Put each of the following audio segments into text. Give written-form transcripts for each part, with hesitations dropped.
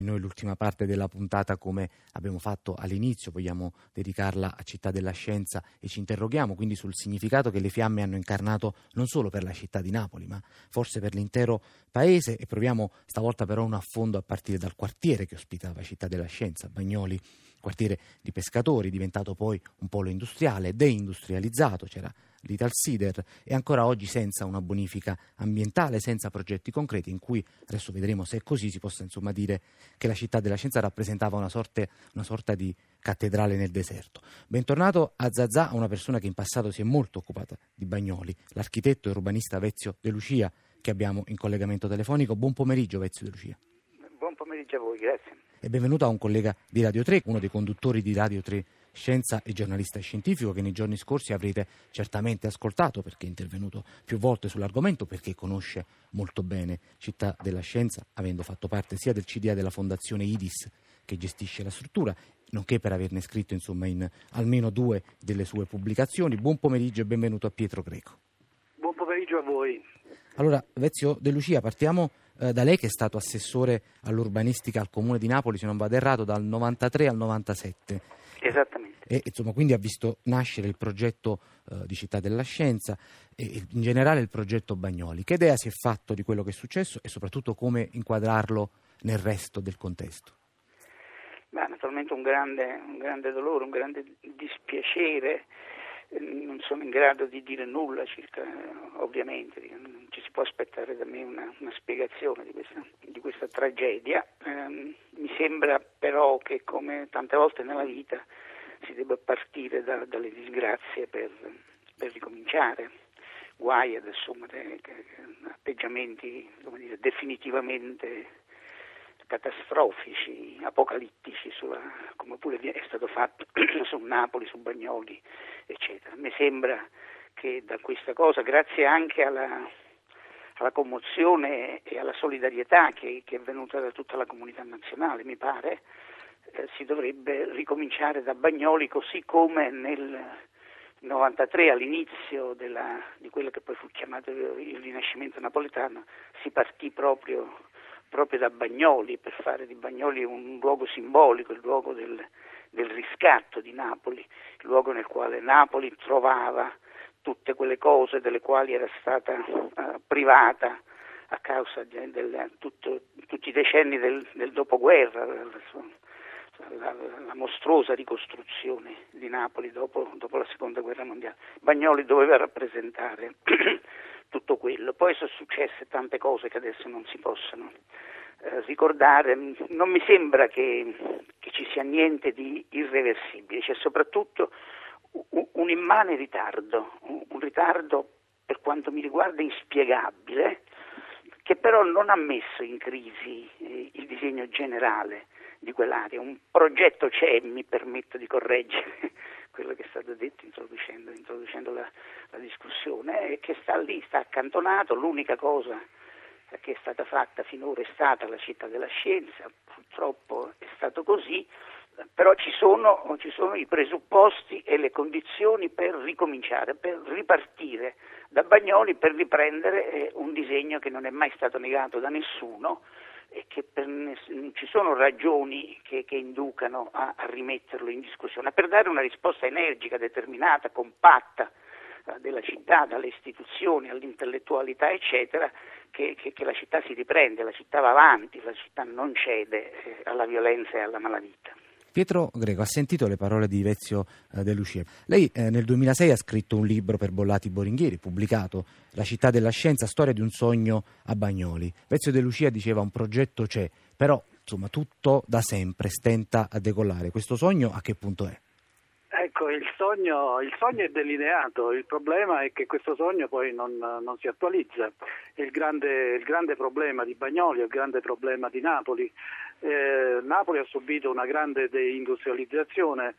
Noi l'ultima parte della puntata, come abbiamo fatto all'inizio, vogliamo dedicarla a Città della Scienza e ci interroghiamo quindi sul significato che le fiamme hanno incarnato non solo per la città di Napoli, ma forse per l'intero paese, e proviamo stavolta però un affondo a partire dal quartiere che ospitava Città della Scienza, Bagnoli, quartiere di pescatori, diventato poi un polo industriale, deindustrializzato, c'era l'Italsider, e ancora oggi senza una bonifica ambientale, senza progetti concreti in cui, adesso vedremo se è così, si possa insomma dire che la Città della Scienza rappresentava una sorta di cattedrale nel deserto. Bentornato a Zazà, una persona che in passato si è molto occupata di Bagnoli, l'architetto e urbanista Vezio De Lucia, che abbiamo in collegamento telefonico. Buon pomeriggio Vezio De Lucia. Buon pomeriggio a voi, grazie. E benvenuto a un collega di Radio 3, uno dei conduttori di Radio 3 Scienza e giornalista scientifico, che nei giorni scorsi avrete certamente ascoltato perché è intervenuto più volte sull'argomento, perché conosce molto bene Città della Scienza, avendo fatto parte sia del CDA della Fondazione IDIS che gestisce la struttura, nonché per averne scritto insomma in almeno 2 delle sue pubblicazioni. Buon pomeriggio e benvenuto a Pietro Greco. Buon pomeriggio a voi. Allora, Vezio De Lucia, partiamo da lei, che è stato assessore all'urbanistica al Comune di Napoli, se non vado errato, dal 93 al 97. Esattamente. E insomma, quindi ha visto nascere il progetto di Città della Scienza e in generale il progetto Bagnoli. Che idea si è fatto di quello che è successo e soprattutto come inquadrarlo nel resto del contesto? Beh, naturalmente un grande dolore, un grande dispiacere. Non sono in grado di dire nulla circa, ovviamente, non ci si può aspettare da me una spiegazione di questa tragedia. Mi sembra però che, come tante volte nella vita, si debba partire dalle disgrazie per ricominciare. Guai ad assumere atteggiamenti, definitivamente catastrofici, apocalittici, come pure è stato fatto su Napoli, su Bagnoli, eccetera. Mi sembra che da questa cosa, grazie anche alla commozione e alla solidarietà che è venuta da tutta la comunità nazionale, mi pare, si dovrebbe ricominciare da Bagnoli, così come nel 93, all'inizio di quello che poi fu chiamato il Rinascimento napoletano, si partì proprio da Bagnoli, per fare di Bagnoli un luogo simbolico, il luogo del riscatto di Napoli, il luogo nel quale Napoli trovava tutte quelle cose delle quali era stata privata a causa di tutti i decenni del dopoguerra, la mostruosa ricostruzione di Napoli dopo la seconda guerra mondiale. Bagnoli doveva rappresentare tutto quello. Poi sono successe tante cose che adesso non si possono ricordare. Non mi sembra che ci sia niente di irreversibile, c'è soprattutto un immane ritardo, un ritardo per quanto mi riguarda inspiegabile, che però non ha messo in crisi il disegno generale di quell'area. Un progetto c'è, mi permetto di correggere quello che è stato detto introducendo la discussione, che sta lì, sta accantonato. L'unica cosa che è stata fatta finora è stata la Città della Scienza, purtroppo è stato così, però ci sono i presupposti e le condizioni per ricominciare, per ripartire da Bagnoli, per riprendere un disegno che non è mai stato negato da nessuno e che non ci sono ragioni che inducano a rimetterlo in discussione, per dare una risposta energica, determinata, compatta della città, dalle istituzioni all'intellettualità, eccetera, che la città si riprende, la città va avanti, la città non cede alla violenza e alla malavita. Pietro Greco, ha sentito le parole di Vezio De Lucia. Lei nel 2006 ha scritto un libro per Bollati Boringhieri, pubblicato, La Città della Scienza, storia di un sogno a Bagnoli. Vezio De Lucia diceva: un progetto c'è, però insomma tutto da sempre stenta a decollare. Questo sogno a che punto è? Ecco, il sogno è delineato, il problema è che questo sogno poi non si attualizza. Il grande problema di Bagnoli è il grande problema di Napoli. Napoli ha subito una grande deindustrializzazione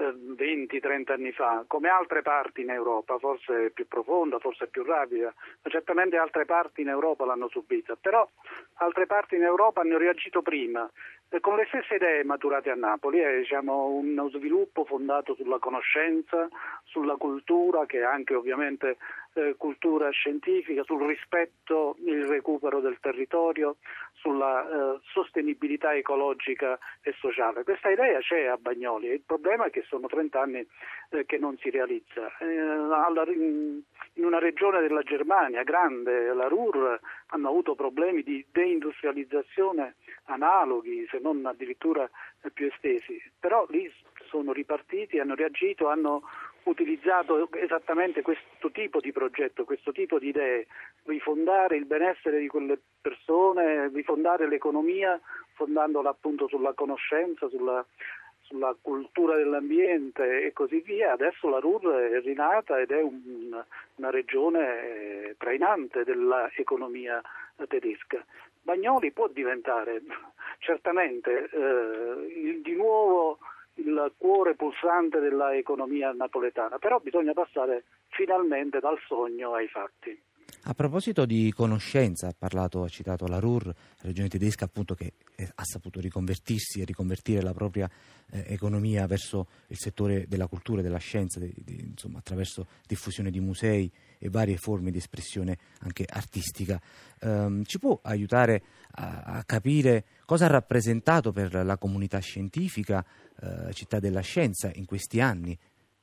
20-30 anni fa, come altre parti in Europa, forse più profonda, forse più rapida, ma certamente altre parti in Europa l'hanno subita, però altre parti in Europa hanno reagito prima, con le stesse idee maturate a Napoli, uno sviluppo fondato sulla conoscenza, sulla cultura, che è anche ovviamente cultura scientifica, sul rispetto, il recupero del territorio, sulla sostenibilità ecologica e sociale. Questa idea c'è a Bagnoli, il problema è che sono 30 anni che non si realizza. In una regione della Germania grande, la Ruhr, hanno avuto problemi di deindustrializzazione analoghi, se non addirittura più estesi, però lì sono ripartiti, hanno reagito, hanno utilizzato esattamente questo tipo di progetto, questo tipo di idee, rifondare il benessere di quelle persone, rifondare l'economia, fondandola appunto sulla conoscenza, sulla cultura dell'ambiente e così via. Adesso la Ruhr è rinata ed è una regione trainante dell'economia tedesca. Bagnoli può diventare certamente di nuovo il cuore pulsante della economia napoletana, però bisogna passare finalmente dal sogno ai fatti. A proposito di conoscenza, ha citato la Ruhr, regione tedesca appunto che ha saputo riconvertirsi e riconvertire la propria economia verso il settore della cultura e della scienza, insomma, attraverso diffusione di musei e varie forme di espressione anche artistica. Ci può aiutare a capire cosa ha rappresentato per la comunità scientifica Città della Scienza in questi anni?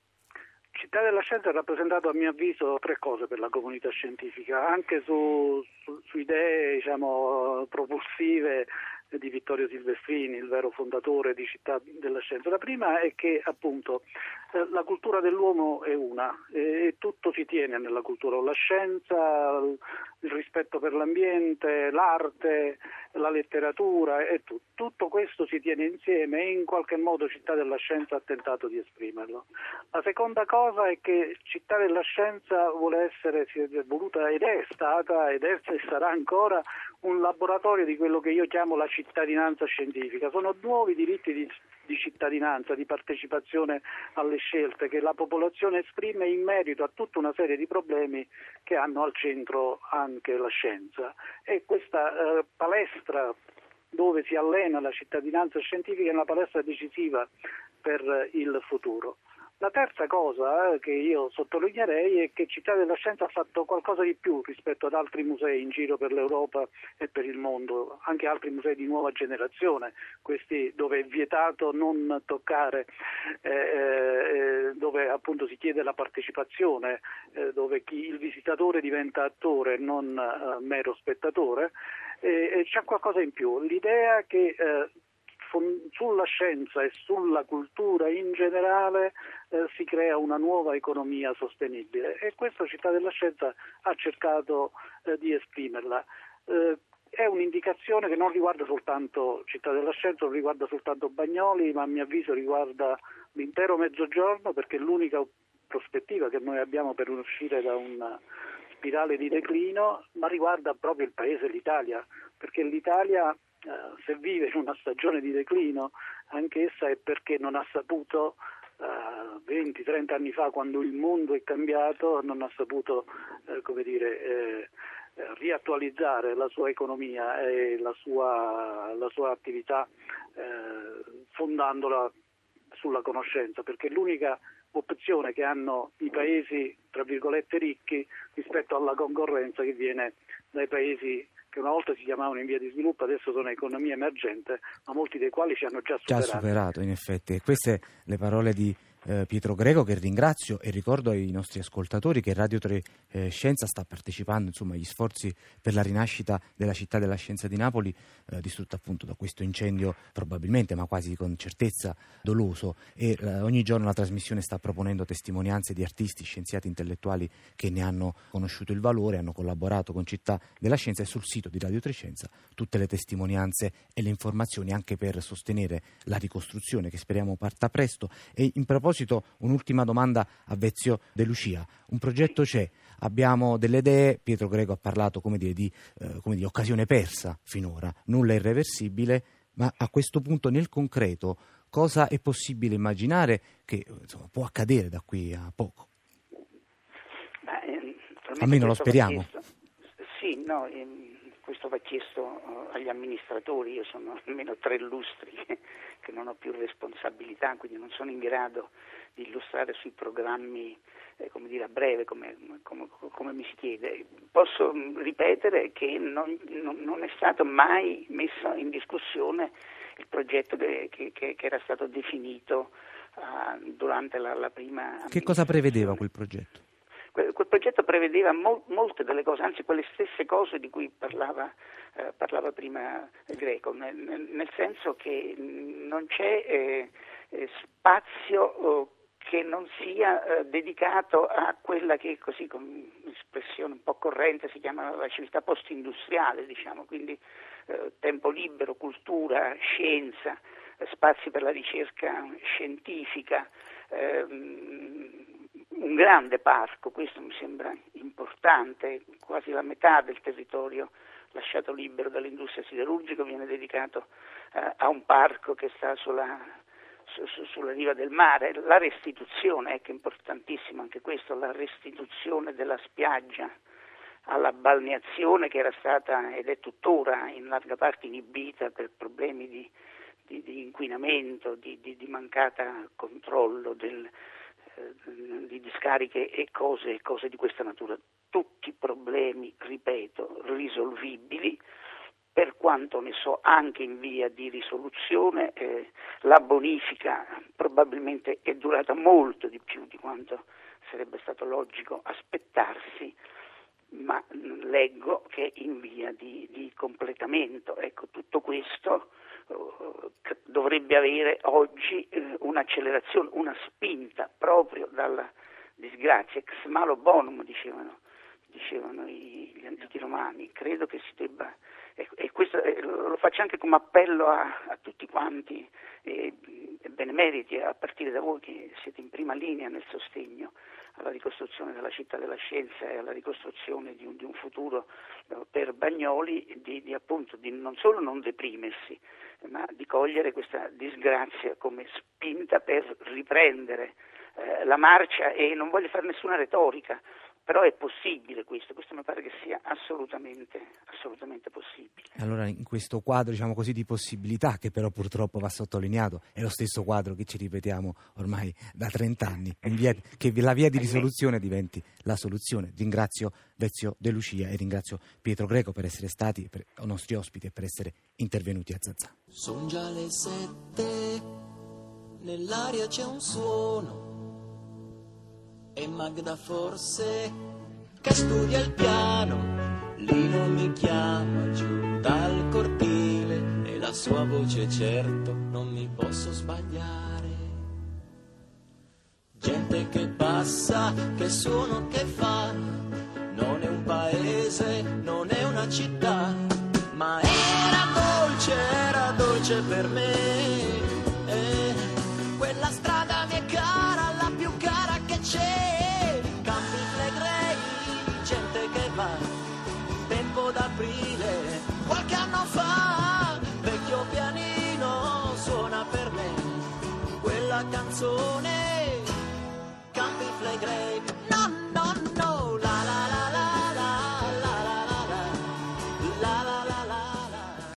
Città della Scienza ha rappresentato, a mio avviso, 3 cose per la comunità scientifica, anche su idee, diciamo, propulsive di Vittorio Silvestrini, il vero fondatore di Città della Scienza. La prima è che appunto la cultura dell'uomo è una e tutto si tiene nella cultura, la scienza, il rispetto per l'ambiente, l'arte, la letteratura e tutto questo si tiene insieme e in qualche modo Città della Scienza ha tentato di esprimerlo. La seconda cosa è che Città della Scienza si è voluta ed è stata ed sarà ancora un laboratorio di quello che io chiamo la cittadinanza scientifica. Sono nuovi diritti di cittadinanza, di partecipazione alle scelte che la popolazione esprime in merito a tutta una serie di problemi che hanno al centro anche la scienza. E questa palestra dove si allena la cittadinanza scientifica è una palestra decisiva per il futuro. La terza cosa che io sottolineerei è che Città della Scienza ha fatto qualcosa di più rispetto ad altri musei in giro per l'Europa e per il mondo, anche altri musei di nuova generazione, questi dove è vietato non toccare, dove appunto si chiede la partecipazione, dove il visitatore diventa attore e non mero spettatore. C'è qualcosa in più, l'idea che sulla scienza e sulla cultura in generale si crea una nuova economia sostenibile e questo Città della Scienza ha cercato di esprimerla. È un'indicazione che non riguarda soltanto Città della Scienza, non riguarda soltanto Bagnoli, ma a mio avviso riguarda l'intero Mezzogiorno, perché è l'unica prospettiva che noi abbiamo per uscire da una spirale di declino, ma riguarda proprio il paese, l'Italia, perché l'Italia se vive in una stagione di declino, anch'essa è perché non ha saputo 20-30 anni fa, quando il mondo è cambiato, non ha saputo riattualizzare la sua economia e la sua attività fondandola sulla conoscenza, perché l'unica opzione che hanno i paesi tra virgolette ricchi rispetto alla concorrenza che viene dai paesi che una volta si chiamavano in via di sviluppo, adesso sono economia emergente, ma molti dei quali ci hanno già superato in effetti. E queste le parole di Pietro Greco, che ringrazio, e ricordo ai nostri ascoltatori che Radio 3 Scienza sta partecipando agli sforzi per la rinascita della Città della Scienza di Napoli, distrutta appunto da questo incendio probabilmente, ma quasi con certezza, doloso, e ogni giorno la trasmissione sta proponendo testimonianze di artisti, scienziati, intellettuali che ne hanno conosciuto il valore, hanno collaborato con Città della Scienza, e sul sito di Radio 3 Scienza tutte le testimonianze e le informazioni anche per sostenere la ricostruzione che speriamo parta presto. E in proposito, un'ultima domanda a Vezio De Lucia. Un progetto c'è, abbiamo delle idee, Pietro Greco ha parlato di occasione persa finora, nulla è irreversibile, ma a questo punto nel concreto cosa è possibile immaginare che può accadere da qui a poco? Almeno lo speriamo. Questo va chiesto agli amministratori. Io sono almeno 3 lustri che non ho più responsabilità, quindi non sono in grado di illustrare sui programmi a breve come mi si chiede. Posso ripetere che non è stato mai messo in discussione il progetto che era stato definito durante la prima. Che cosa prevedeva quel progetto? Quel progetto prevedeva molte delle cose, anzi quelle stesse cose di cui parlava prima Greco, nel senso che non c'è spazio che non sia dedicato a quella che così con un'espressione un po' corrente si chiama la civiltà post-industriale, diciamo, quindi tempo libero, cultura, scienza, spazi per la ricerca scientifica, un grande parco, questo mi sembra importante, quasi la metà del territorio lasciato libero dall'industria siderurgica viene dedicato a un parco che sta sulla riva del mare. La restituzione, che è importantissimo anche questo, la restituzione della spiaggia alla balneazione che era stata ed è tuttora in larga parte inibita per problemi di inquinamento, di mancata controllo di discariche e cose di questa natura. Tutti problemi, ripeto, risolvibili, per quanto ne so anche in via di risoluzione. La bonifica probabilmente è durata molto di più di quanto sarebbe stato logico aspettarsi, ma leggo che è in via di completamento. Ecco, tutto questo dovrebbe avere oggi un'accelerazione, una spinta proprio dalla disgrazia, ex malo bonum dicevano gli antichi romani. Credo che si debba, e questo lo faccio anche come appello a tutti quanti benemeriti, a partire da voi che siete in prima linea nel sostegno alla ricostruzione della città della scienza e alla ricostruzione di un futuro per Bagnoli, di non solo non deprimersi, ma di cogliere questa disgrazia come spinta per riprendere la marcia. E non voglio fare nessuna retorica, però è possibile questo mi pare che sia assolutamente possibile. Allora, in questo quadro, diciamo così, di possibilità, che però purtroppo va sottolineato, è lo stesso quadro che ci ripetiamo ormai da 30 anni, che la via di risoluzione diventi la soluzione. Ringrazio Ezio De Lucia e ringrazio Pietro Greco per essere stati nostri ospiti e per essere intervenuti a Zazà. Sono già le 7, nell'aria c'è un suono, e Magda forse che studia il piano, Lino mi chiama giù dal cortile e la sua voce certo non mi posso sbagliare. Gente che passa, che suono che fa, non è un paese, non è una città, ma era dolce per me. Quella strada mi è cara, la più cara che c'è. Campi Flegrei, gente che va, tempo d'aprile, qualche anno fa, vecchio pianino suona per me quella canzone. Campi Flegrei.